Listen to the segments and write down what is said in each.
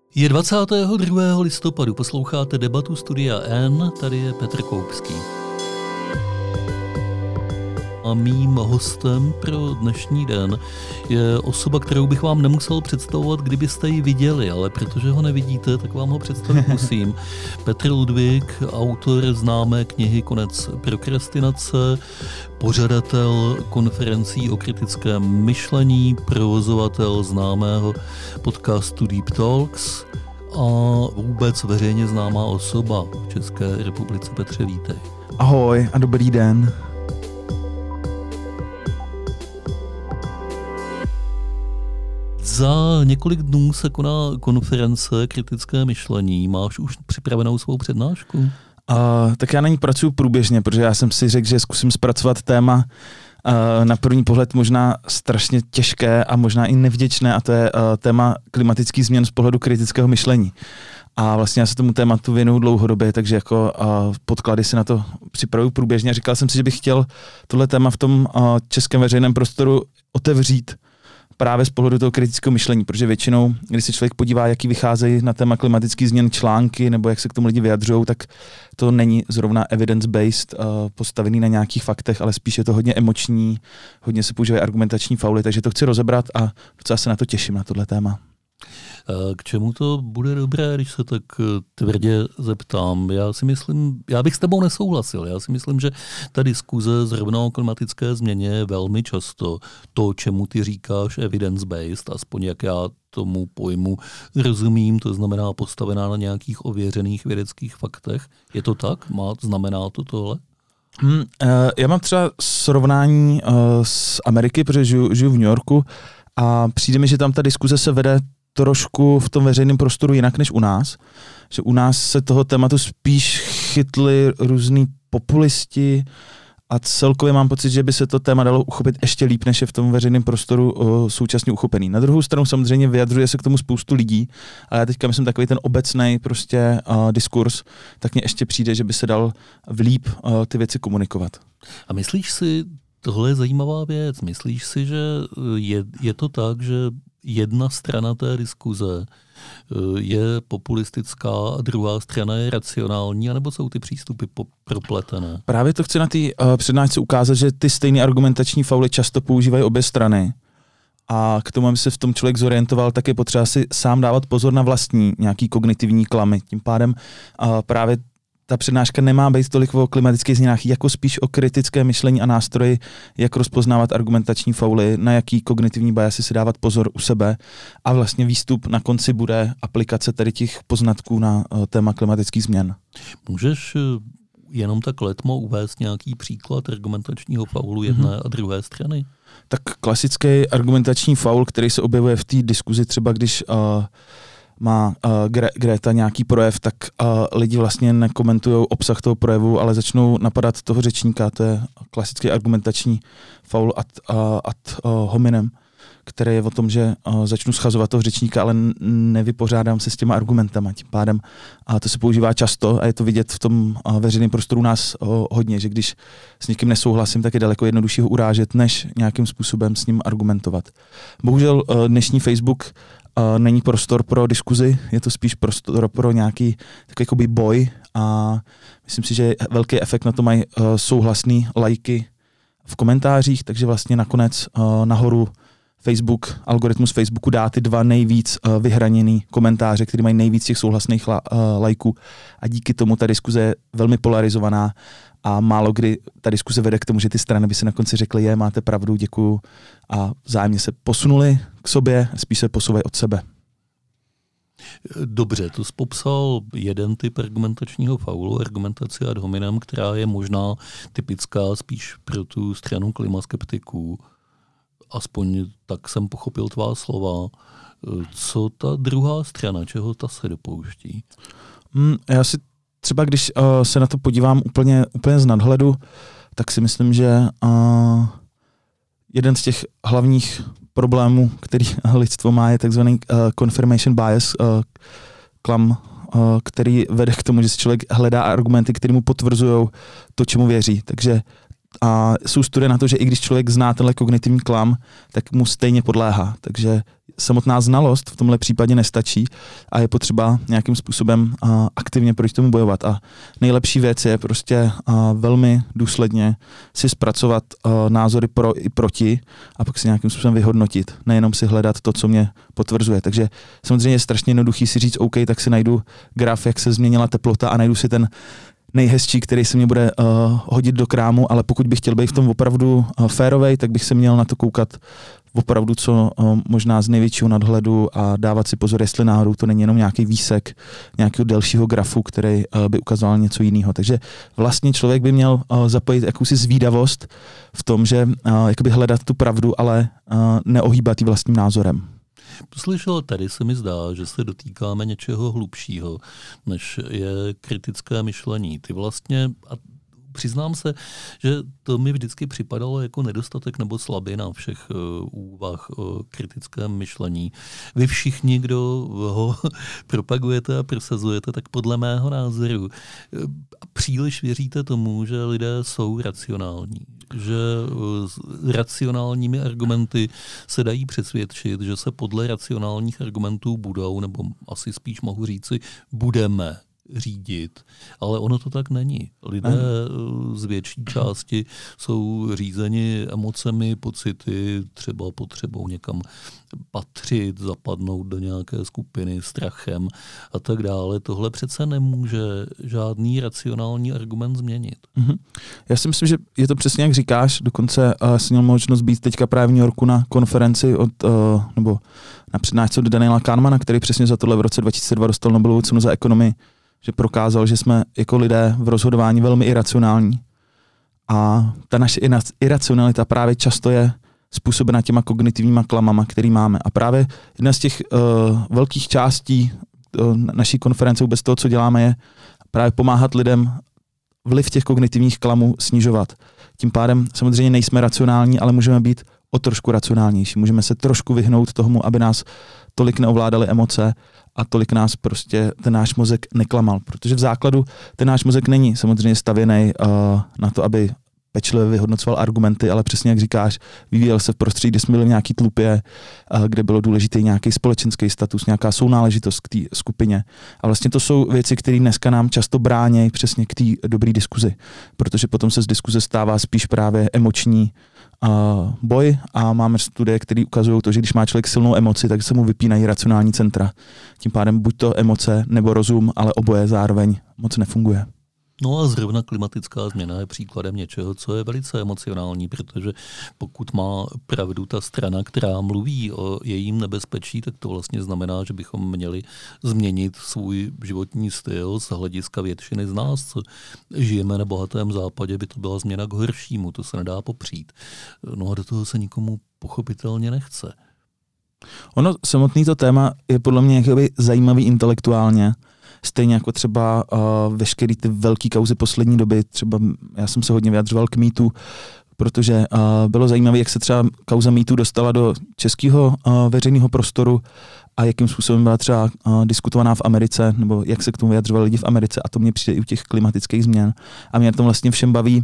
Je 22. listopadu, posloucháte debatu Studia N, tady je Petr Koupský. A mým hostem pro dnešní den je osoba, kterou bych vám nemusel představovat, kdybyste ji viděli, ale protože ho nevidíte, tak vám ho představit musím. Petr Ludvík, autor známé knihy Konec prokrastinace, pořadatel konferencí o kritickém myšlení, provozovatel známého podcastu Deep Talks a vůbec veřejně známá osoba v České republice. Petře, vítej. Ahoj a dobrý den. Za několik dnů se koná konference kritické myšlení. Máš už připravenou svou přednášku? Tak já na ní pracuji průběžně, protože já jsem si řekl, že zkusím zpracovat téma na první pohled možná strašně těžké a možná i nevděčné, a to je téma klimatických změn z pohledu kritického myšlení. A vlastně já se tomu tématu věnuju dlouhodobě, takže jako podklady si na to připravuju průběžně. A říkal jsem si, že bych chtěl tohle téma v tom českém veřejném prostoru otevřít právě z pohledu toho kritického myšlení, protože většinou, když se člověk podívá, jaký vycházejí na téma klimatických změn články, nebo jak se k tomu lidi vyjadřují, tak to není zrovna evidence-based, postavený na nějakých faktech, ale spíš je to hodně emoční, hodně se používají argumentační fauly, takže to chci rozebrat a docela se na to těším, na tohle téma. K čemu to bude dobré, když se tak tvrdě zeptám? Já bych s tebou nesouhlasil. Já si myslím, že ta diskuze zrovna o klimatické změně je velmi často to, čemu ty říkáš evidence-based, aspoň jak já tomu pojmu rozumím, to znamená postavená na nějakých ověřených vědeckých faktech. Je to tak? Znamená to tohle? Já mám třeba srovnání z Ameriky, protože žiju v New Yorku a přijde mi, že tam ta diskuze se vede trošku v tom veřejném prostoru jinak než u nás. Že u nás se toho tématu spíš chytli různý populisti a celkově mám pocit, že by se to téma dalo uchopit ještě líp, než je v tom veřejném prostoru současně uchopený. Na druhou stranu samozřejmě vyjadřuje se k tomu spoustu lidí, ale já teďka myslím takový ten obecný prostě diskurs, tak mně ještě přijde, že by se dal líp ty věci komunikovat. A myslíš si, tohle je zajímavá věc, myslíš si, že je to tak, že jedna strana té diskuze je populistická a druhá strana je racionální, anebo jsou ty přístupy propletené? Právě to chci na té přednášce ukázat, že ty stejné argumentační fauly často používají obě strany. A k tomu, aby se v tom člověk zorientoval, tak je potřeba si sám dávat pozor na vlastní nějaký kognitivní klamy. Tím pádem právě ta přednáška nemá být tolik o klimatických změnách, jako spíš o kritické myšlení a nástroji, jak rozpoznávat argumentační fauly, na jaký kognitivní biasy si dávat pozor u sebe. A vlastně výstup na konci bude aplikace tady těch poznatků na téma klimatických změn. Můžeš jenom tak letmo uvést nějaký příklad argumentačního faulu jedné a druhé strany? Tak klasický argumentační faul, který se objevuje v té diskuzi, třeba když má Greta nějaký projev, tak lidi vlastně nekomentují obsah toho projevu, ale začnou napadat toho řečníka. To je klasický argumentační faul ad hominem, který je o tom, že začnu schazovat toho řečníka, ale nevypořádám se s těma argumentama. Tím pádem to se používá často a je to vidět v tom veřejném prostoru nás hodně, že když s někým nesouhlasím, tak je daleko jednodušší ho urážet, než nějakým způsobem s ním argumentovat. Bohužel dnešní Facebook není prostor pro diskuzi, je to spíš prostor pro nějaký takový jakoby boj a myslím si, že velký efekt na to mají souhlasný lajky v komentářích, takže vlastně nakonec nahoru algoritmus Facebooku dá ty dva nejvíc vyhraněný komentáře, které mají nejvíc těch souhlasných lajků a díky tomu ta diskuze je velmi polarizovaná a málo kdy ta diskuze vede k tomu, že ty strany by si na konci řekly, máte pravdu, děkuju a vzájemně se posunuli k sobě, spíš se posouvají od sebe. Dobře, to jsi popsal jeden typ argumentačního faulu, argumentaci ad hominem, která je možná typická spíš pro tu stranu klimaskeptiků. Aspoň tak jsem pochopil tvá slova. Co ta druhá strana, čeho ta se dopouští? Já si třeba, když se na to podívám úplně z nadhledu, tak si myslím, že jeden z těch hlavních problémů, který lidstvo má, je takzvaný confirmation bias, klam, který vede k tomu, že si člověk hledá argumenty, které mu potvrzují to, čemu věří. Takže a jsou studie na to, že i když člověk zná tenhle kognitivní klam, tak mu stejně podléhá. Takže samotná znalost v tomhle případě nestačí a je potřeba nějakým způsobem aktivně proti tomu bojovat. A nejlepší věc je prostě velmi důsledně si zpracovat názory pro i proti a pak si nějakým způsobem vyhodnotit. Nejenom si hledat to, co mě potvrzuje. Takže samozřejmě je strašně jednoduchý si říct, OK, tak si najdu graf, jak se změnila teplota a najdu si ten nejhezčí, který se mě bude hodit do krámu, ale pokud bych chtěl být v tom opravdu férovej, tak bych se měl na to koukat opravdu co možná z největšího nadhledu a dávat si pozor, jestli náhodou to není jenom nějaký výsek nějakého delšího grafu, který by ukazoval něco jiného. Takže vlastně člověk by měl zapojit jakousi zvídavost v tom, že jakoby hledat tu pravdu, ale neohýbat ji vlastním názorem. Slyšel, tady se mi zdá, že se dotýkáme něčeho hlubšího, než je kritické myšlení. Ty vlastně, a přiznám se, že to mi vždycky připadalo jako nedostatek nebo slabina všech úvah o kritickém myšlení. Vy všichni, kdo ho propagujete a prosazujete, tak podle mého názoru příliš věříte tomu, že lidé jsou racionální. Že racionálními argumenty se dají přesvědčit, že se podle racionálních argumentů budou, nebo asi spíš mohu říci, budeme řídit, ale ono to tak není. Lidé z větší části jsou řízeni emocemi, pocity, třeba potřebou někam patřit, zapadnout do nějaké skupiny, strachem a tak dále. Tohle přece nemůže žádný racionální argument změnit. Mm-hmm. Já si myslím, že je to přesně jak říkáš, dokonce jsem měl možnost být teďka právě v New Yorku na konferenci nebo na přednášce od Daniela Kahnemana, který přesně za tohle v roce 2002 dostal Nobelovu cenu za ekonomii, že prokázal, že jsme jako lidé v rozhodování velmi iracionální. A ta naše iracionalita právě často je způsobena těma kognitivníma klamama, který máme. A právě jedna z těch velkých částí naší konference, vůbec toho, co děláme, je právě pomáhat lidem vliv těch kognitivních klamů snižovat. Tím pádem samozřejmě nejsme racionální, ale můžeme být o trošku racionálnější. Můžeme se trošku vyhnout tomu, aby nás tolik neovládaly emoce a tolik nás prostě ten náš mozek neklamal. Protože v základu ten náš mozek není samozřejmě stavěný na to, aby pečlivě vyhodnocoval argumenty, ale přesně jak říkáš, vyvíjel se v prostředí, kde jsme byli v nějaký tlupě, kde bylo důležitý nějaký společenský status, nějaká sounáležitost k té skupině. A vlastně to jsou věci, které dneska nám často brání přesně k té dobré diskuzi, protože potom se z diskuze stává spíš právě emoční boj a máme studie, které ukazují to, že když má člověk silnou emoci, tak se mu vypínají racionální centra. Tím pádem buď to emoce nebo rozum, ale oboje zároveň moc nefunguje. No a zrovna klimatická změna je příkladem něčeho, co je velice emocionální, protože pokud má pravdu ta strana, která mluví o jejím nebezpečí, tak to vlastně znamená, že bychom měli změnit svůj životní styl z hlediska většiny z nás, co žijeme na bohatém západě, by to byla změna k horšímu, to se nedá popřít. No a do toho se nikomu pochopitelně nechce. Ono samotný to téma je podle mě jakoby zajímavý intelektuálně, stejně jako třeba veškerý ty velký kauzy poslední doby, třeba já jsem se hodně vyjadřoval k mýtu, protože bylo zajímavé, jak se třeba kauza mýtu dostala do českého veřejného prostoru a jakým způsobem byla třeba diskutovaná v Americe, nebo jak se k tomu vyjadřovali lidi v Americe, a to mě přijde i u těch klimatických změn. A mě to vlastně všem baví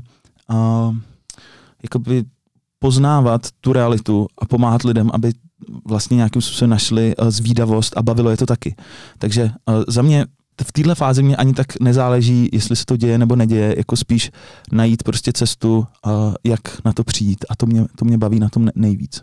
jakoby poznávat tu realitu a pomáhat lidem, aby vlastně nějakým způsobem našli zvídavost a bavilo je to taky. Takže za mě v téhle fázi mě ani tak nezáleží, jestli se to děje nebo neděje, jako spíš najít prostě cestu, jak na to přijít, a to mě baví na tom nejvíc.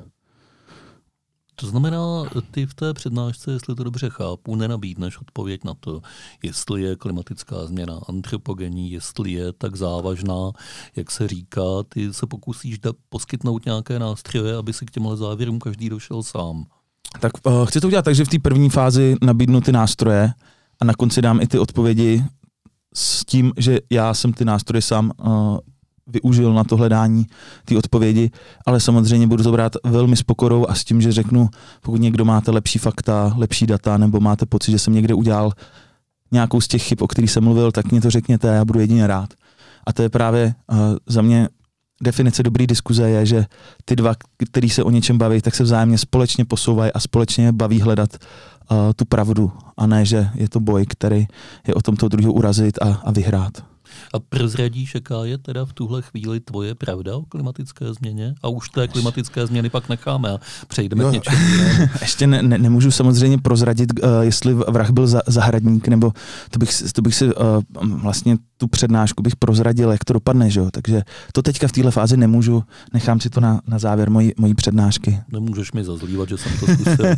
To znamená, ty v té přednášce, jestli to dobře chápu, nenabídneš odpověď na to, jestli je klimatická změna antropogenní, jestli je tak závažná, jak se říká, ty se pokusíš poskytnout nějaké nástroje, aby si k těmhle závěrům každý došel sám. Tak chci to udělat tak, že v té první fázi nabídnu ty nástroje a na konci dám i ty odpovědi s tím, že já jsem ty nástroje sám využil na to hledání ty odpovědi, ale samozřejmě budu to brát velmi s pokorou a s tím, že řeknu, pokud někdo máte lepší fakta, lepší data, nebo máte pocit, že jsem někde udělal nějakou z těch chyb, o kterých jsem mluvil, tak mě to řekněte a já budu jedině rád. A to je právě za mě definice dobré diskuze je, že ty dva, který se o něčem baví, tak se vzájemně společně posouvají a společně baví hledat tu pravdu, a ne, že je to boj, který je o tom toho druhého urazit a vyhrát. A prozradíš, jaká je teda v tuhle chvíli tvoje pravda o klimatické změně? A už té klimatické změny pak necháme a přejdeme k něčemu. Ještě nemůžu samozřejmě prozradit, jestli vrah byl zahradník, nebo to bych si vlastně tu přednášku bych prozradil, jak to dopadne, že jo? Takže to teďka v téhle fázi nemůžu, nechám si to na závěr mojí přednášky. Nemůžeš mi zazlívat, že jsem to zkusil.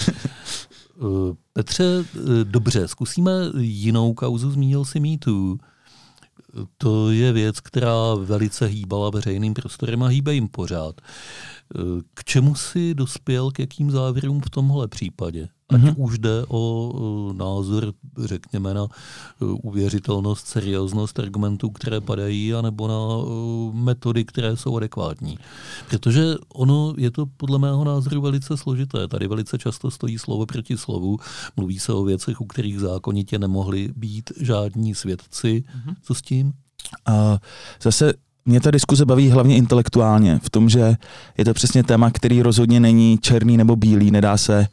Petře, dobře, zkusíme jinou kauzu, zmínil si MeToo. To je věc, která velice hýbala veřejným prostorem a hýbe jim pořád. K čemu si dospěl, k jakým závěrům v tomhle případě? Ať už jde o názor, řekněme, na uvěřitelnost, serióznost argumentů, které padají, anebo na metody, které jsou adekvátní. Protože ono je to podle mého názoru velice složité. Tady velice často stojí slovo proti slovu. Mluví se o věcech, u kterých zákonitě nemohli být žádní svědci. Co s tím? Zase mě ta diskuze baví hlavně intelektuálně, v tom, že je to přesně téma, který rozhodně není černý nebo bílý, nedá se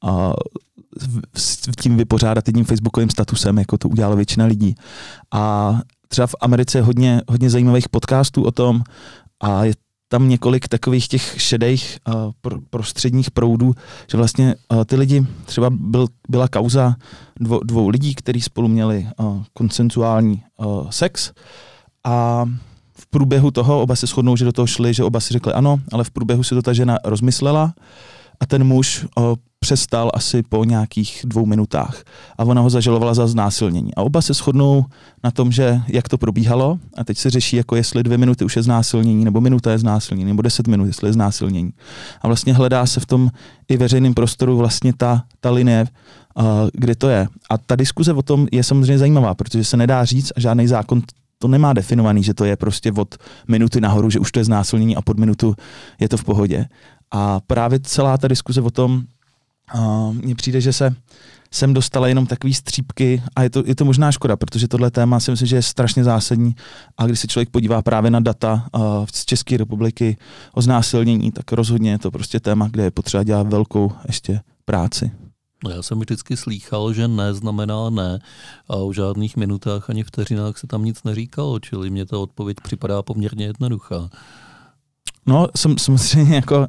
s tím vypořádat jedním facebookovým statusem, jako to udělala většina lidí. A třeba v Americe je hodně zajímavých podcastů o tom a je tam několik takových těch šedých prostředních proudů, že vlastně ty lidi, třeba byla kauza dvou lidí, kteří spolu měli konsenzuální sex a v průběhu toho oba se shodnou, že do toho šli, že oba si řekli ano, ale v průběhu si to ta žena rozmyslela a ten muž přestal asi po nějakých 2 minutách a ona ho zažalovala za znásilnění. A oba se shodnou na tom, že jak to probíhalo a teď se řeší, jako jestli 2 minuty už je znásilnění, nebo minuta je znásilnění, nebo 10 minut, jestli je znásilnění. A vlastně hledá se v tom i veřejném prostoru vlastně ta linie, kde to je. A ta diskuze o tom je samozřejmě zajímavá, protože se nedá říct a žádný zákon to nemá definovaný, že to je prostě od minuty nahoru, že už to je znásilnění a pod minutu je to v pohodě. A právě celá ta diskuze o tom, mně přijde, že jsem dostala jenom takový střípky a je to možná škoda, protože tohle téma si myslím, že je strašně zásadní a když se člověk podívá právě na data z České republiky o znásilnění, tak rozhodně je to prostě téma, kde je potřeba dělat velkou ještě práci. No já jsem vždycky slýchal, že ne znamená ne a o žádných minutách ani vteřinách se tam nic neříkalo, čili mně ta odpověď připadá poměrně jednoduchá. No, samozřejmě jako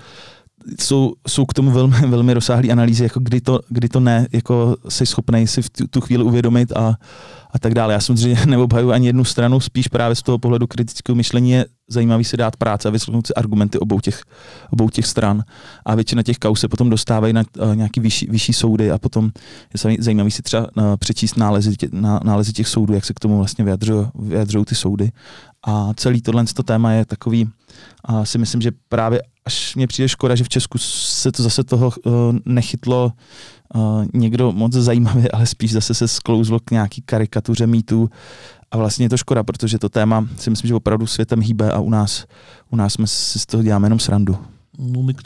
jsou k tomu velmi, velmi rozsáhlé analýzy, jako kdy to ne, jako jsi schopnej si v tu chvíli uvědomit a tak dále. Já samozřejmě neobhajuji ani jednu stranu, spíš právě z toho pohledu kritického myšlení je zajímavý si dát práce a vyslechnout si argumenty obou těch stran. A většina těch kauz se potom dostávají na nějaký vyšší soudy a potom je zajímavý si třeba přečíst nálezy těch soudů, jak se k tomu vlastně vyjadřují ty soudy. A celý tohle téma je takový, si myslím, že právě až mně přijde škoda, že v Česku se to zase toho nechytlo někdo moc zajímavě, ale spíš zase se sklouzlo k nějaký karikatuře mýtů a vlastně je to škoda, protože to téma si myslím, že opravdu světem hýbe a u nás jsme si z toho děláme jenom srandu. No my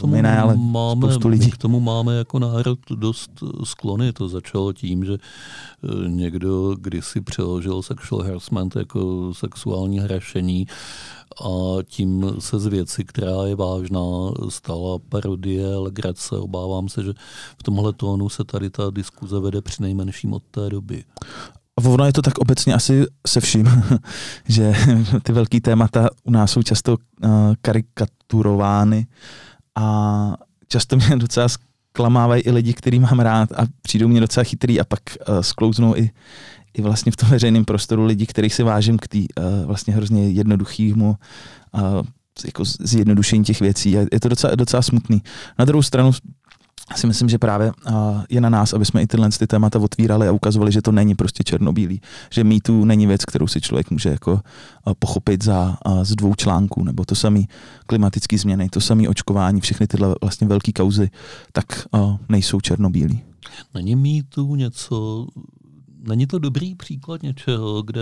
k tomu máme jako národ dost sklony. To začalo tím, že někdo kdysi přeložil sexual harassment jako sexuální harašení a tím se z věci, která je vážná, stala parodie, legrace. Obávám se, že v tomhle tónu se tady ta diskuze vede přinejmenším od té doby. Ono je to tak obecně asi se vším, že ty velký témata u nás jsou často karikaturovány a často mě docela zklamávají i lidi, který mám rád a přijdou mě docela chytrý a pak sklouznou i vlastně v tom veřejném prostoru lidi, kterých si vážím k té vlastně hrozně jednoduchýmu jako zjednodušení těch věcí. A je to docela smutný. Na druhou stranu si myslím, že právě je na nás, aby jsme i tyhle témata otvírali a ukazovali, že to není prostě černobílý. Že mýtu není věc, kterou si člověk může jako pochopit z 2 článků, nebo to samé klimatické změny, to samé očkování, všechny tyhle vlastně velké kauzy, tak nejsou černobílí. Není mýtu něco, není to dobrý příklad něčeho, kde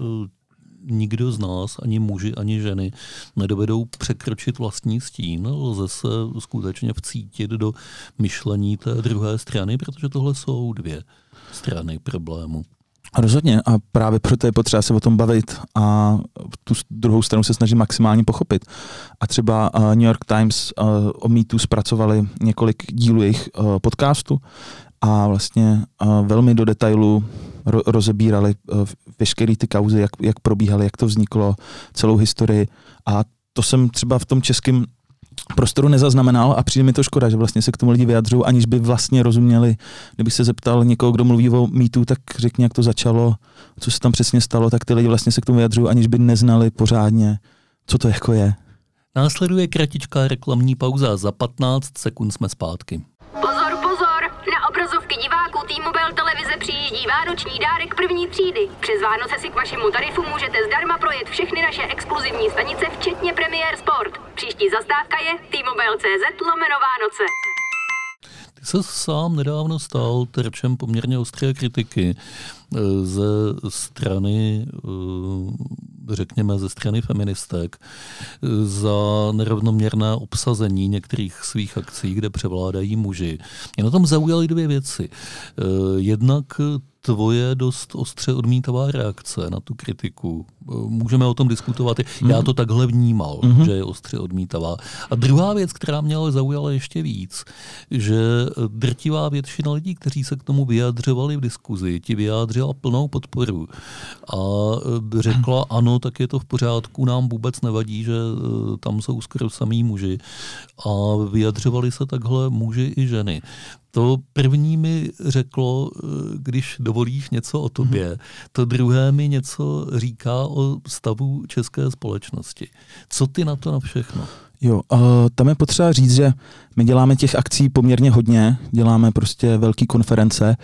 nikdo z nás, ani muži, ani ženy, nedovedou překročit vlastní stín. Lze se skutečně vcítit do myšlení té druhé strany, protože tohle jsou 2 strany problému. Rozhodně a právě proto je potřeba se o tom bavit a tu druhou stranu se snaží maximálně pochopit. A třeba New York Times o mýtu zpracovali několik dílů jejich podcastu a vlastně velmi do detailu rozebírali veškeré ty kauzy, jak probíhaly, jak to vzniklo, celou historii. A to jsem třeba v tom českém prostoru nezaznamenal a přijde mi to škoda, že vlastně se k tomu lidi vyjadřují, aniž by vlastně rozuměli. Kdybych se zeptal někoho, kdo mluví o mýtu, tak řekni, jak to začalo, co se tam přesně stalo, tak ty lidi vlastně se k tomu vyjadřují, aniž by neznali pořádně, co to jako je. Následuje kratičká reklamní pauza, za 15 sekund jsme zpátky. Pozor, pozor! Na obrazovky diváků T-Mobile televize přijíždí vánoční dárek první třídy. Přes Vánoce si k vašemu tarifu můžete zdarma projet všechny naše exkluzivní stanice, včetně Premiér Sport. Příští zastávka je T-Mobile.cz/Vánoce. Ty se sám nedávno stal terčem poměrně ostré kritiky ze strany, řekněme, ze strany feministek za nerovnoměrné obsazení některých svých akcí, kde převládají muži. Mě na tom zaujaly dvě věci. Jednak tvoje dost ostře odmítavá reakce na tu kritiku. Můžeme o tom diskutovat. Já to takhle vnímal, že je ostře odmítavá. A druhá věc, která mě ale zaujala ještě víc, že drtivá většina lidí, kteří se k tomu vyjadřovali v diskuzi, ti vyjádřila plnou podporu. A řekla, ano, tak je to v pořádku, nám vůbec nevadí, že tam jsou skoro samý muži. A vyjadřovali se takhle muži i ženy. To první mi řeklo, když dovolíš něco o tobě, to druhé mi něco říká o stavu české společnosti. Co ty na to na všechno? Jo, tam je potřeba říct, že my děláme těch akcí poměrně hodně, děláme prostě velké konference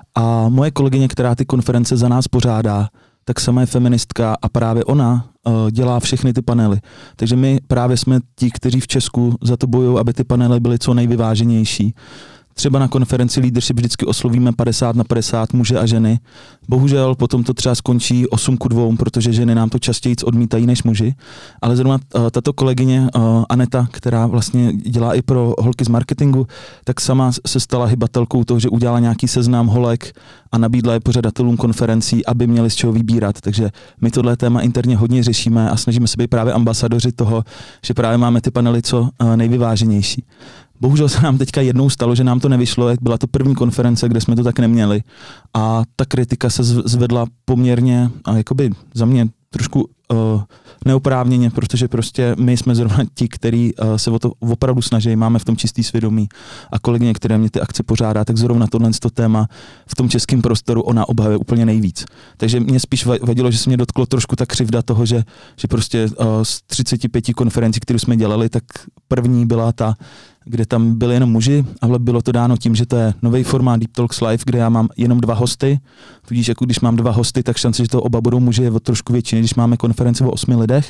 a moje kolegyně, která ty konference za nás pořádá, tak sama je feministka a právě ona dělá všechny ty panely. Takže my právě jsme ti, kteří v Česku za to bojují, aby ty panely byly co nejvyváženější. Třeba na konferenci Leadership vždycky oslovíme 50/50 muže a ženy. Bohužel potom to třeba skončí 8:2, protože ženy nám to častěji odmítají než muži. Ale zrovna tato kolegyně Aneta, která vlastně dělá i pro holky z marketingu, tak sama se stala hybatelkou toho, že udělala nějaký seznam holek a nabídla je pořadatelům konferencí, aby měli z čeho vybírat. Takže my tohle téma interně hodně řešíme a snažíme se být právě ambasadoři toho, že právě máme ty panely co nejvyváženější. Bohužel se nám teďka jednou stalo, že nám to nevyšlo, byla to první konference, kde jsme to tak neměli a ta kritika se zvedla poměrně, jakoby za mě trošku neoprávněně, protože prostě my jsme zrovna ti, kteří se o to opravdu snaží, máme v tom čistý svědomí a kolegyně, které mě ty akce pořádá, tak zrovna tohle téma v tom českém prostoru ona obhajuje úplně nejvíc. Takže mě spíš vadilo, že se mě dotklo trošku ta křivda toho, že prostě z 35 konferencí, které jsme dělali, tak první byla ta, kde tam byli jenom muži, ale bylo to dáno tím, že to je nový formát Deep Talks Live, kde já mám jenom 2 hosty. Tudíž jako když mám 2 hosty, tak šance, že to oba budou muži, je o trošku větší, když máme konferenci o 8 lidech.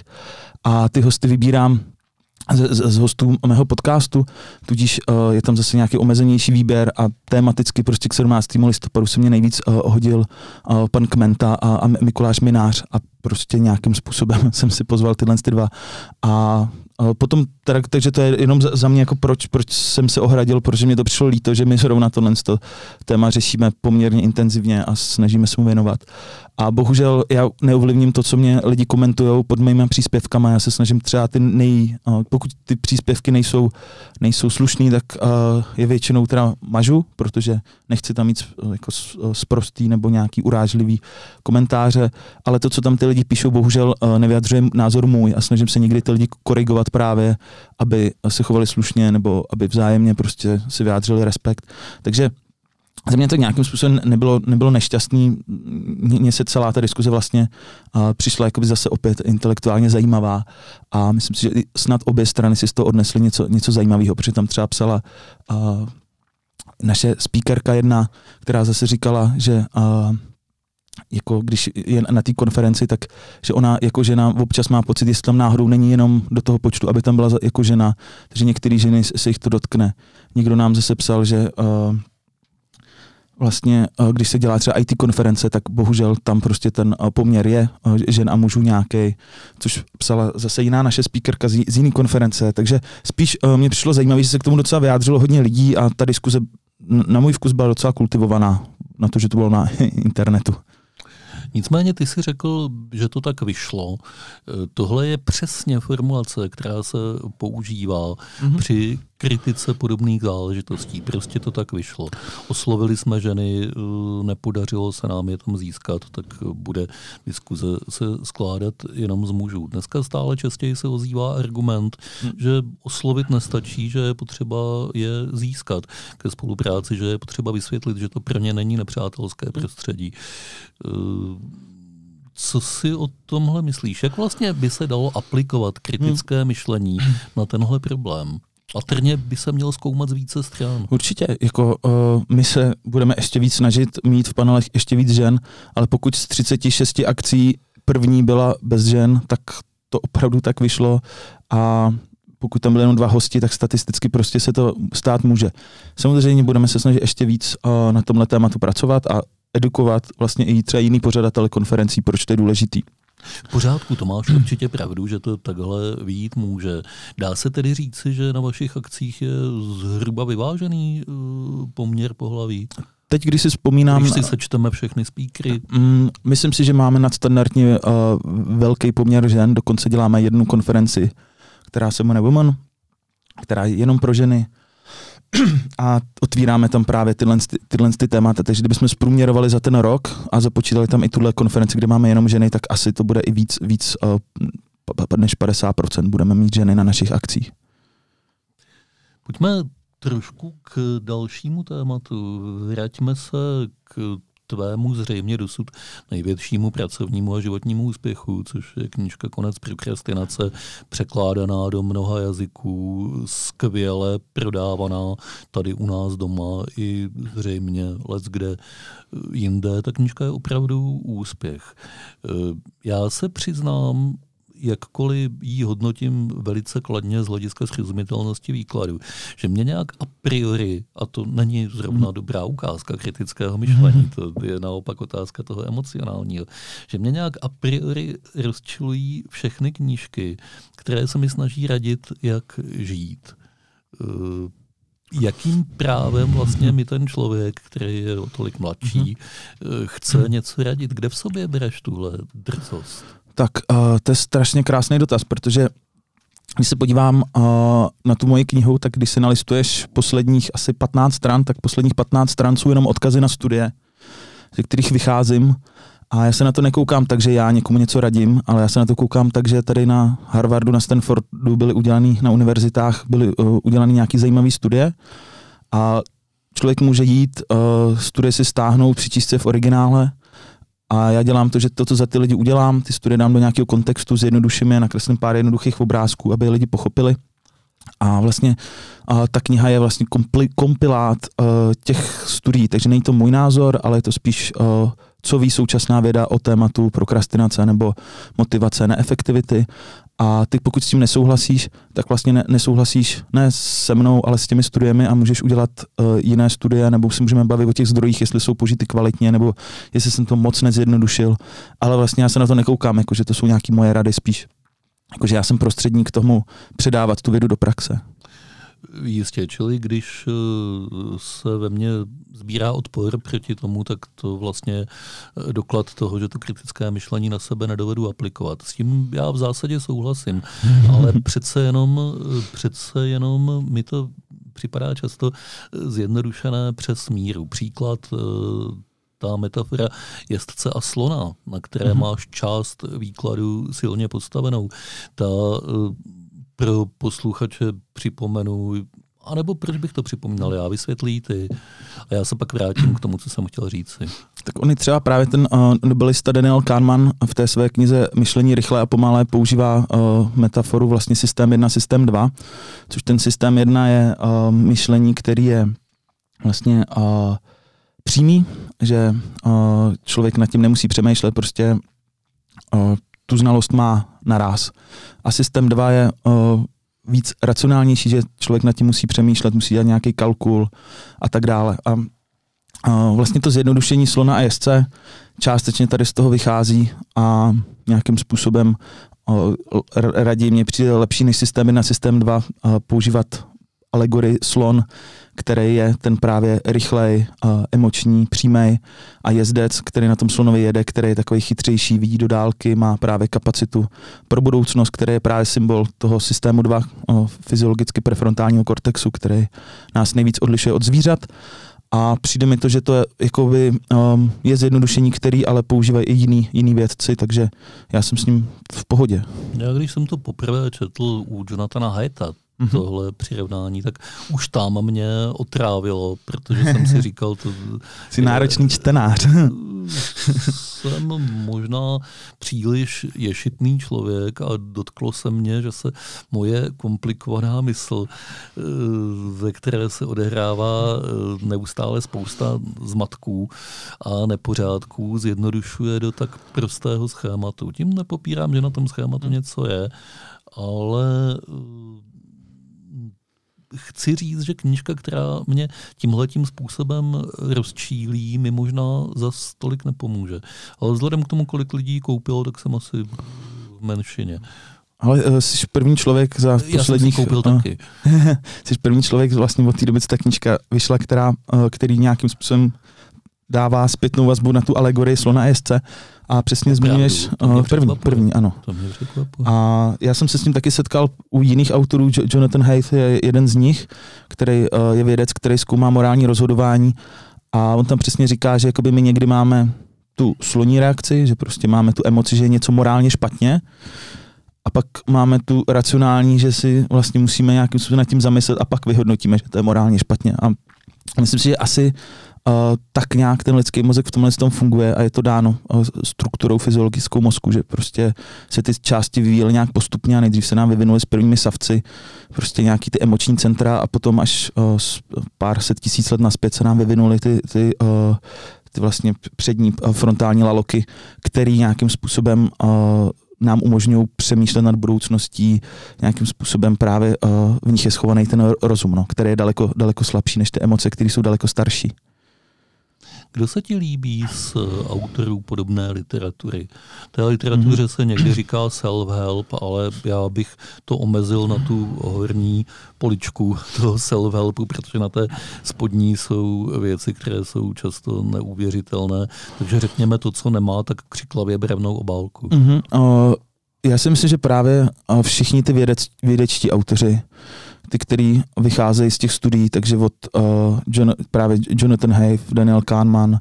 A ty hosty vybírám z hostů mého podcastu, tudíž je tam zase nějaký omezenější výběr a tematicky prostě k 17. listopadu se mě nejvíc hodil pan Kmenta a Mikuláš Minář a prostě nějakým způsobem jsem si pozval tyhle 2 a potom, takže to je jenom za mě, jako proč jsem se ohradil, protože mě to přišlo líto, že my zrovna tohle téma řešíme poměrně intenzivně a snažíme se mu věnovat. A bohužel já neovlivním to, co mě lidi komentujou pod mými příspěvkama, já se snažím třeba pokud ty příspěvky nejsou slušný, tak je většinou teda mažu, protože nechci tam mít jako sprostý nebo nějaký urážlivý komentáře, ale to, co tam ty lidi píšou, bohužel nevyjadřuje názor můj a snažím se někdy ty lidi korigovat právě, aby se chovali slušně nebo aby vzájemně prostě si vyjádřili respekt. Takže za mě to nějakým způsobem nebylo nešťastný. Mně se celá ta diskuze vlastně přišla jakoby zase opět intelektuálně zajímavá a myslím si, že snad obě strany si z toho odnesly něco zajímavého, protože tam třeba psala naše speakerka jedna, která zase říkala, že jako když je na té konferenci, tak že ona jako žena občas má pocit, jestli tam náhodou není jenom do toho počtu, aby tam byla jako žena, takže některé ženy se jich to dotkne. Někdo nám zase psal, že vlastně, když se dělá třeba IT konference, tak bohužel tam prostě ten poměr je žen a mužů nějaký, což psala zase jiná naše speakerka z jiné konference, takže spíš mě přišlo zajímavé, že se k tomu docela vyjádřilo hodně lidí a ta diskuze na můj vkus byla docela kultivovaná na to, že to bylo na internetu. Nicméně ty si řekl, že to tak vyšlo. Tohle je přesně formulace, která se používá při kritice podobných záležitostí. Prostě to tak vyšlo. Oslovili jsme ženy, nepodařilo se nám je tam získat, tak bude diskuze se skládat jenom z mužů. Dneska stále častěji se ozývá argument, že oslovit nestačí, že je potřeba je získat ke spolupráci, že je potřeba vysvětlit, že to pro ně není nepřátelské prostředí. Co si o tomhle myslíš? Jak vlastně by se dalo aplikovat kritické myšlení na tenhle problém? Patrně by se měl zkoumat z více stran. Určitě, my se budeme ještě víc snažit mít v panelech ještě víc žen, ale pokud z 36 akcí první byla bez žen, tak to opravdu tak vyšlo a pokud tam byly jenom 2 hosti, tak statisticky prostě se to stát může. Samozřejmě budeme se snažit ještě víc na tomhle tématu pracovat a edukovat vlastně i třeba jiný pořadatele konferencí, proč to je důležitý. V pořádku, to máš určitě pravdu, že to takhle vyjít může. Dá se tedy říci, že na vašich akcích je zhruba vyvážený poměr pohlaví? Teď, když si vzpomínám... Když si sečteme všechny speakery. Myslím si, že máme nadstandardně velký poměr žen, dokonce děláme jednu konferenci, která se jmenuje Woman, která je jenom pro ženy. A otvíráme tam právě tyhle témata, takže kdybychom zprůměrovali za ten rok a započítali tam i tuhle konferenci, kde máme jenom ženy, tak asi to bude i víc než 50% budeme mít ženy na našich akcích. Pojďme trošku k dalšímu tématu. Vraťme se k tvému zřejmě dosud největšímu pracovnímu a životnímu úspěchu, což je knížka Konec prokrastinace, překládaná do mnoha jazyků, skvěle prodávaná tady u nás doma i zřejmě leckde jinde. Ta knížka je opravdu úspěch. Já se přiznám, jakkoliv ji hodnotím velice kladně z hlediska srozumitelnosti výkladu, že mě nějak a priori, a to není zrovna dobrá ukázka kritického myšlení, to je naopak otázka toho emocionálního, že mě nějak a priori rozčilují všechny knížky, které se mi snaží radit, jak žít. Jakým právem vlastně mi ten člověk, který je o tolik mladší, chce něco radit? Kde v sobě bereš tuhle drzost? Tak to je strašně krásný dotaz, protože když se podívám na tu moji knihu, tak když si nalistuješ posledních asi 15 stran, tak posledních 15 stran jsou jenom odkazy na studie, ze kterých vycházím. A já se na to nekoukám tak, že já někomu něco radím, ale já se na to koukám tak, že tady na Harvardu, na Stanfordu byly udělané na univerzitách, byly udělané nějaké zajímavé studie a člověk může jít, studie si stáhnout, přečíst se v originále. A já dělám to, že to, co za ty lidi udělám, ty studie dám do nějakého kontextu, zjednoduším je, nakreslím pár jednoduchých obrázků, aby lidi pochopili. A vlastně ta kniha je vlastně kompilát těch studií, takže není to můj názor, ale je to spíš, co ví současná věda o tématu prokrastinace nebo motivace, neefektivity. A ty pokud s tím nesouhlasíš, tak vlastně nesouhlasíš ne se mnou, ale s těmi studiemi a můžeš udělat jiné studie, nebo si můžeme bavit o těch zdrojích, jestli jsou použity kvalitně, nebo jestli jsem to moc nezjednodušil. Ale vlastně já se na to nekoukám, jakože to jsou nějaké moje rady spíš. Jakože já jsem prostředník k tomu předávat tu vědu do praxe. Jistě, čili když se ve mně sbírá odpor proti tomu, tak to vlastně doklad toho, že to kritické myšlení na sebe nedovedu aplikovat. S tím já v zásadě souhlasím, ale přece jenom mi to připadá často zjednodušené přes míru. Příklad, ta metafora jezdce a slona, na které máš část výkladu silně postavenou, ta pro posluchače připomenu, anebo proč bych to připomínal, já vysvětlí ty a já se pak vrátím k tomu, co jsem chtěl říci. Tak on třeba právě ten nobelista Daniel Kahneman v té své knize Myšlení rychlé a pomalé používá metaforu vlastně systém 1, systém 2, což ten systém 1 je myšlení, který je vlastně přímý, že člověk nad tím nemusí přemýšlet, prostě tu znalost má naráz. A systém 2 je víc racionálnější, že člověk nad tím musí přemýšlet, musí dělat nějaký kalkul a tak dále. A vlastně to zjednodušení slona a jezdce částečně tady z toho vychází a nějakým způsobem raději mě přijde lepší než systém 1, systém 2 používat alegorii slon, který je ten právě rychlej, emoční, přímej a jezdec, který na tom slonovi jede, který je takový chytřejší, vidí do dálky, má právě kapacitu pro budoucnost, který je právě symbol toho systému 2 fyziologicky prefrontálního kortexu, který nás nejvíc odlišuje od zvířat. A přijde mi to, že to je, jakoby, je zjednodušení, který ale používají i jiný vědci, takže já jsem s ním v pohodě. Já když jsem to poprvé četl u Jonathana Haidta, tohle přirovnání, tak už tam mě otrávilo, protože jsem si říkal... Jsi náročný čtenář. Jsem možná příliš ješitný člověk a dotklo se mě, že se moje komplikovaná mysl, ve které se odehrává neustále spousta zmatků a nepořádků, zjednodušuje do tak prostého schématu. Tím nepopírám, že na tom schématu něco je, ale chci říct, že knížka, která mě tímhletím způsobem rozčílí, mi možná zas tolik nepomůže. Ale vzhledem k tomu, kolik lidí koupilo, tak jsem asi v menšině. Ale jsi první člověk za posledních... Já jsem si koupil taky. Jsi první člověk vlastně od té doby, co ta knížka vyšla, který nějakým způsobem dává zpětnou vazbu na tu alegorii slona a jezdce. A přesně zmiňuješ první, ano. To mě překvapuje. A já jsem se s tím taky setkal u jiných autorů. Jonathan Haidt je jeden z nich, který je vědec, který zkoumá morální rozhodování a on tam přesně říká, že jakoby my někdy máme tu sloní reakci, že prostě máme tu emoci, že je něco morálně špatně a pak máme tu racionální, že si vlastně musíme nějakým způsobem nad tím zamyslet a pak vyhodnotíme, že to je morálně špatně. A myslím si, že asi tak nějak ten lidský mozek v tomhle tom funguje a je to dáno strukturou fyziologickou mozku, že prostě se ty části vyvíjely nějak postupně a nejdřív se nám vyvinuly s prvními savci prostě nějaký ty emoční centra a potom až pár set tisíc let nazpět se nám vyvinuly ty vlastně přední frontální laloky, který nějakým způsobem nám umožňují přemýšlet nad budoucností, nějakým způsobem právě v nich je schovaný ten rozum, který je daleko slabší než ty emoce, které jsou daleko starší. Kdo se ti líbí z autorů podobné literatury? Té literatuře se někdy říká self-help, ale já bych to omezil na tu horní poličku toho self-helpu, protože na té spodní jsou věci, které jsou často neuvěřitelné. Takže řekněme to, co nemá tak křiklavě barevnou obálku. Já si myslím, že právě všichni ty vědečtí autoři, ty, který vycházejí z těch studií, takže od právě Jonathan Haidt, Daniel Kahneman,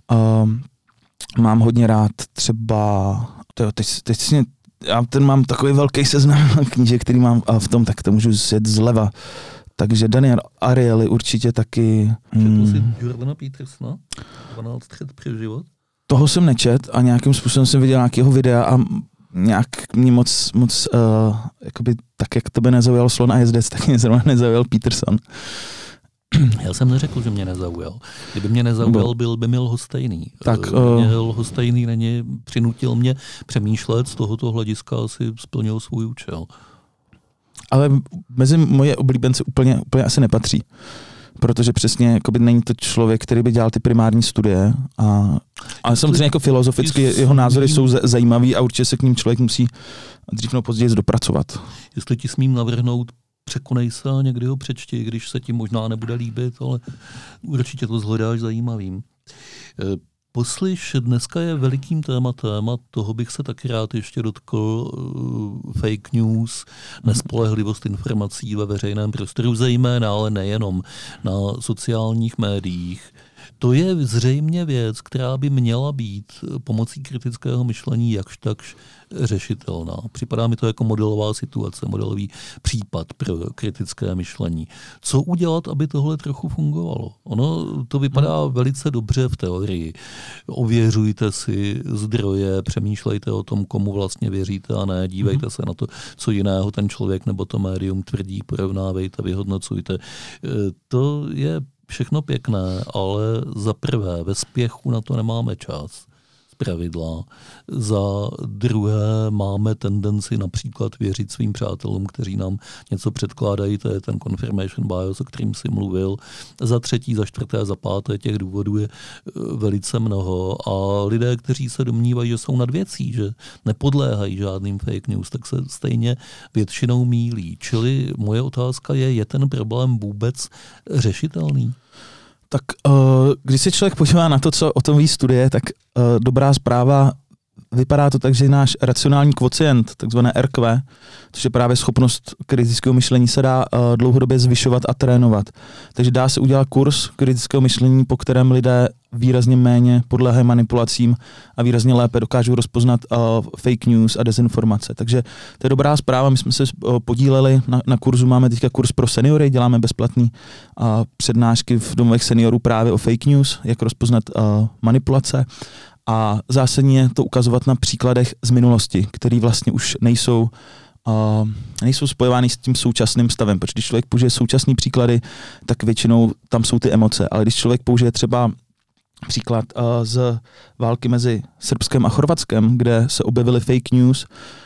mám hodně rád třeba, já ten mám takový velký seznam knížek, který mám v tom, tak to můžu zjet zleva. Takže Daniel Ariely určitě taky. Četl jsi Jordana Petersona? 12 let přes život? Toho jsem nečet a nějakým způsobem jsem viděl nějakého videa a nějak mě moc jakoby tak, jak to by nezaujal slon a jezdec, tak mě zrovna nezaujal Peterson. Já jsem neřekl, že mě nezaujal. Kdyby mě nezaujal, byl by mi lhostejný. Tak, mě lhostejný není, přinutil mě přemýšlet, z tohoto hlediska asi splnil svůj účel. Ale mezi moje oblíbence úplně asi nepatří. Protože přesně jakoby není to člověk, který by dělal ty primární studie. Ale samozřejmě jako filozoficky jeho názory jsou zajímavý a určitě se k ním člověk musí dřív nebo později dopracovat. Jestli ti smím navrhnout, překonej se a někdy ho přečti, když se ti možná nebude líbit, ale určitě to zhledáš zajímavým. Poslyš, dneska je velikým tématem a toho bych se taky rád ještě dotkl, fake news, nespolehlivost informací ve veřejném prostoru, zejména, ale nejenom na sociálních médiích. To je zřejmě věc, která by měla být pomocí kritického myšlení jakž takž řešitelná. Připadá mi to jako modelová situace, modelový případ pro kritické myšlení. Co udělat, aby tohle trochu fungovalo? Ono to vypadá velice dobře v teorii. Ověřujte si zdroje, přemýšlejte o tom, komu vlastně věříte a ne, dívejte se na to, co jiného ten člověk nebo to médium tvrdí, porovnávejte, vyhodnocujte. To je všechno pěkné, ale za prvé, ve spěchu na to nemáme čas. zpravidla. Za druhé máme tendenci například věřit svým přátelům, kteří nám něco předkládají, to je ten confirmation bias, o kterým si mluvil. Za třetí, za čtvrté, za páté těch důvodů je velice mnoho a lidé, kteří se domnívají, že jsou nad věcí, že nepodléhají žádným fake news, tak se stejně většinou mýlí. Čili moje otázka je ten problém vůbec řešitelný? Tak když se člověk podívá na to, co o tom ví studie, tak dobrá zpráva, vypadá to tak, že náš racionální kvocient, takzvané RQ, což je právě schopnost kritického myšlení, se dá dlouhodobě zvyšovat a trénovat. Takže dá se udělat kurz kritického myšlení, po kterém lidé výrazně méně podléhají manipulacím a výrazně lépe dokážou rozpoznat fake news a dezinformace. Takže to je dobrá zpráva. My jsme se podíleli na kurzu, máme teďka kurz pro seniory, děláme bezplatný přednášky v domovech seniorů právě o fake news, jak rozpoznat manipulace. A zásadně je to ukazovat na příkladech z minulosti, které vlastně už nejsou spojovány s tím současným stavem. Protože když člověk použije současné příklady, tak většinou tam jsou ty emoce. Ale když člověk použije třeba příklad z války mezi Srbskem a Chorvatskem, kde se objevily fake news,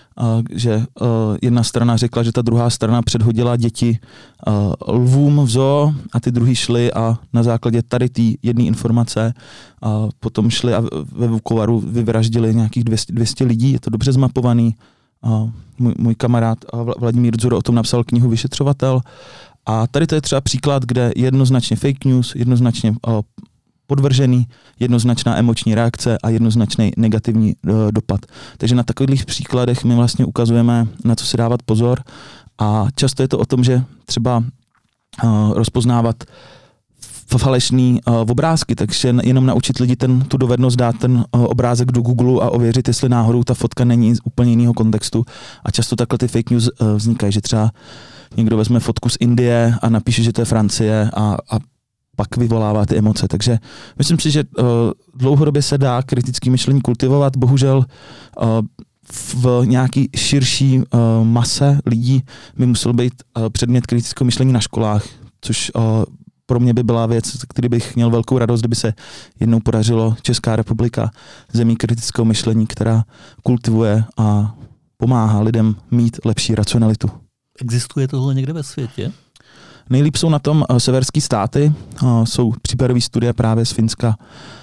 že jedna strana řekla, že ta druhá strana předhodila děti lvům v zoo a ty druhý šli a na základě tady té jedné informace potom šli a ve Vukovaru vyvraždili nějakých 200 lidí, je to dobře zmapovaný. Můj kamarád Vladimír Dzuro o tom napsal knihu Vyšetřovatel a tady to je třeba příklad, kde jednoznačně fake news, jednoznačně podvržený, jednoznačná emoční reakce a jednoznačný negativní dopad. Takže na takových příkladech my vlastně ukazujeme, na co si dávat pozor a často je to o tom, že třeba rozpoznávat falešný obrázky, takže jenom naučit lidi tu dovednost dát ten obrázek do Google a ověřit, jestli náhodou ta fotka není z úplně jiného kontextu a často takhle ty fake news vznikají, že třeba někdo vezme fotku z Indie a napíše, že to je Francie a pak vyvolává ty emoce. Takže myslím si, že dlouhodobě se dá kritické myšlení kultivovat. Bohužel v nějaký širší mase lidí by musel být předmět kritického myšlení na školách, což pro mě by byla věc, který bych měl velkou radost, kdyby se jednou podařilo Česká republika zemí kritického myšlení, která kultivuje a pomáhá lidem mít lepší racionalitu. Existuje tohle někde ve světě? Nejlíp jsou na tom severské státy, jsou případové studie právě z Finska,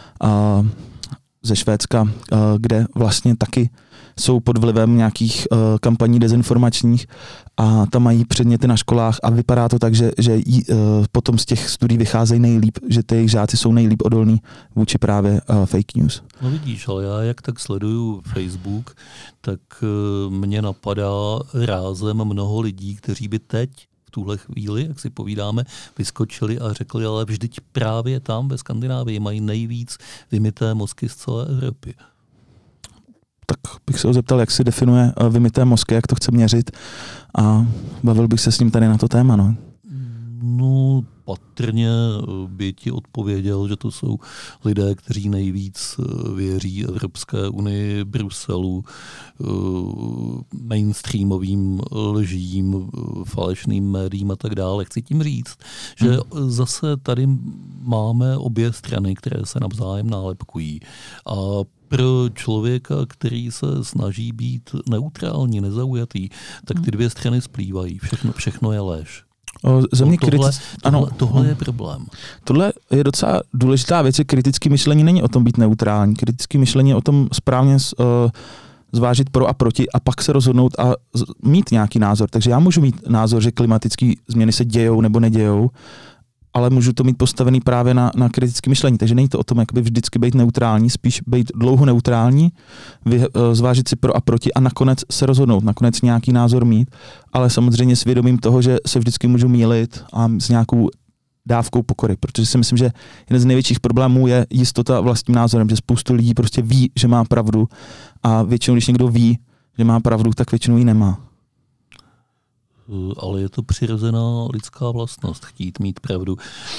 ze Švédska, kde vlastně taky jsou pod vlivem nějakých kampaní dezinformačních a tam mají předměty na školách a vypadá to tak, že potom z těch studií vycházejí nejlíp, že ty jejich žáci jsou nejlíp odolní vůči právě fake news. No vidíš, ale já jak tak sleduju Facebook, tak mě napadá rázem mnoho lidí, kteří by teď v tuhle chvíli, jak si povídáme, vyskočili a řekli, ale vždyť právě tam ve Skandinávii mají nejvíc vymyté mozky z celé Evropy. Tak bych se ho zeptal, jak si definuje vymyté mozky, jak to chce měřit a bavil bych se s ním tady na to téma. No, patrně by ti odpověděl, že to jsou lidé, kteří nejvíc věří Evropské unii, Bruselu, mainstreamovým lžím, falešným médiím a tak dále. Chci tím říct, že zase tady máme obě strany, které se navzájem nálepkují. A pro člověka, který se snaží být neutrální, nezaujatý, tak ty dvě strany splývají. Všechno je lež. Tohle je problém. Tohle je docela důležitá věc, že kritické myšlení není o tom být neutrální. Kritické myšlení je o tom správně zvážit pro a proti a pak se rozhodnout a mít nějaký názor. Takže já můžu mít názor, že klimatické změny se dějou nebo nedějou, ale můžu to mít postavený právě na kritické myšlení. Takže není to o tom, jakoby vždycky být neutrální, spíš být dlouho neutrální, zvážit si pro a proti a nakonec se rozhodnout, nakonec nějaký názor mít, ale samozřejmě s vědomím toho, že se vždycky můžu mýlit a s nějakou dávkou pokory, protože si myslím, že jeden z největších problémů je jistota vlastním názorem, že spoustu lidí prostě ví, že má pravdu a většinou, když někdo ví, že má pravdu, tak většinou ji nemá. ale je to přirozená lidská vlastnost, chtít mít pravdu.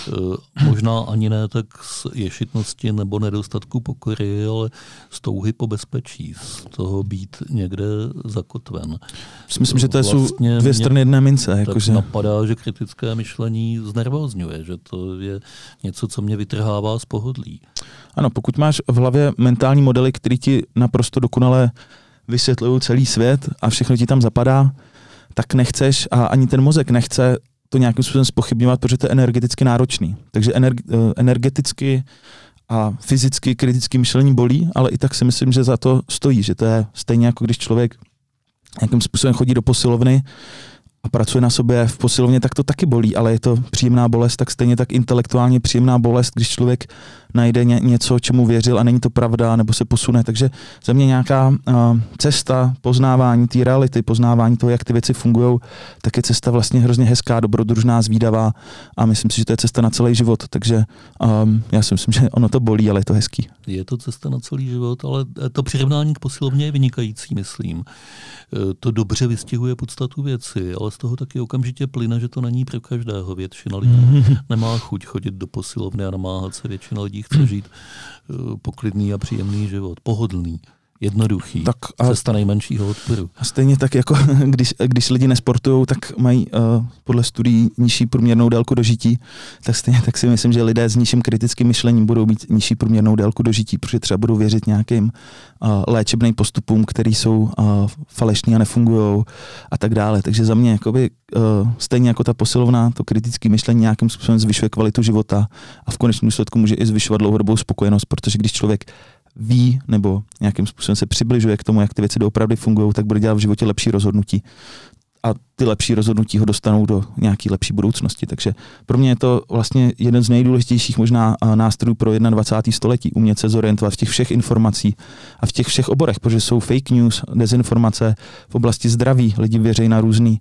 Možná ani ne tak z ješitnosti nebo nedostatku pokory, ale z touhy po bezpečí, z toho být někde zakotven. Myslím, že to jsou dvě strany jedné mince. Jakože napadá, že kritické myšlení znervózňuje, že to je něco, co mě vytrhává z pohodlí. Ano, pokud máš v hlavě mentální modely, který ti naprosto dokonale vysvětlují celý svět a všechno ti tam zapadá, tak nechceš a ani ten mozek nechce to nějakým způsobem zpochybňovat, protože to je energeticky náročný. Takže energeticky a fyzicky kritické myšlení bolí, ale i tak si myslím, že za to stojí, že to je stejně jako když člověk nějakým způsobem chodí do posilovny a pracuje na sobě v posilovně, tak to taky bolí, ale je to příjemná bolest, tak stejně tak intelektuálně příjemná bolest, když člověk najde něco, čemu věřil a není to pravda, nebo se posune. Takže za mě nějaká cesta poznávání té reality, poznávání toho, jak ty věci fungují, tak je cesta vlastně hrozně hezká, dobrodružná, zvídavá a myslím si, že to je cesta na celý život. Takže já si myslím, že ono to bolí, ale je to hezký. Je to cesta na celý život, ale to přirovnání k posilovně je vynikající, myslím. To dobře vystihuje podstatu věci, ale z toho taky okamžitě plyne, že to není pro každého. Většina lidí nemá chuť chodit do posilovny a namáhat se. Většina lidí chce žít poklidný a příjemný život, pohodlný, jednoduchý, cesta nejmenšího odporu. A stejně tak, jako když lidi nesportujou, tak mají podle studií nižší průměrnou délku dožití, tak stejně tak si myslím, že lidé s nižším kritickým myšlením budou mít nižší průměrnou délku dožití, protože třeba budou věřit nějakým léčebným postupům, které jsou falešní a nefungujou a tak dále. Takže za mě jakoby, stejně jako ta posilovna, to kritické myšlení nějakým způsobem zvyšuje kvalitu života a v konečném důsledku může i zvyšovat dlouhodobou spokojenost, protože když člověk ví nebo nějakým způsobem se přibližuje k tomu, jak ty věci doopravdy fungují, tak bude dělat v životě lepší rozhodnutí. A ty lepší rozhodnutí ho dostanou do nějaké lepší budoucnosti. Takže pro mě je to vlastně jeden z nejdůležitějších možná nástrojů pro 21. století. Umět se zorientovat v těch všech informací a v těch všech oborech, protože jsou fake news, dezinformace v oblasti zdraví. Lidi věří na různé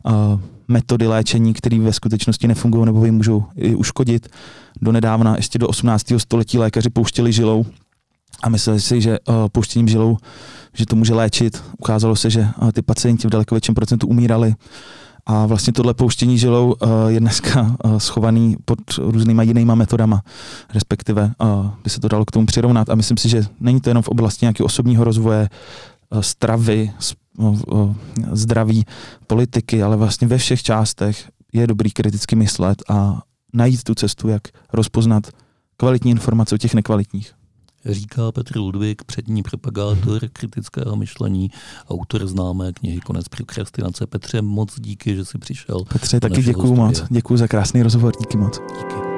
metody léčení, které ve skutečnosti nefungují nebo jim můžou i uškodit. Donedávna, ještě do 18. století lékaři pouštěli žilou a mysleli si, že pouštěním žilou, že to může léčit. Ukázalo se, že ty pacienti v daleko větším procentu umírali. A vlastně tohle pouštění žilou je dneska schovaný pod různýma jinýma metodama, respektive by se to dalo k tomu přirovnat. A myslím si, že není to jenom v oblasti nějakého osobního rozvoje, stravy, zdraví, politiky, ale vlastně ve všech částech je dobrý kriticky myslet a najít tu cestu, jak rozpoznat kvalitní informace od těch nekvalitních. Říká Petr Ludvík, přední propagátor kritického myšlení, autor známé knihy Konec prokrastinace. Petře, moc díky, že jsi přišel. Petře, taky děkuju moc. Děkuju za krásný rozhovor, díky moc. Díky.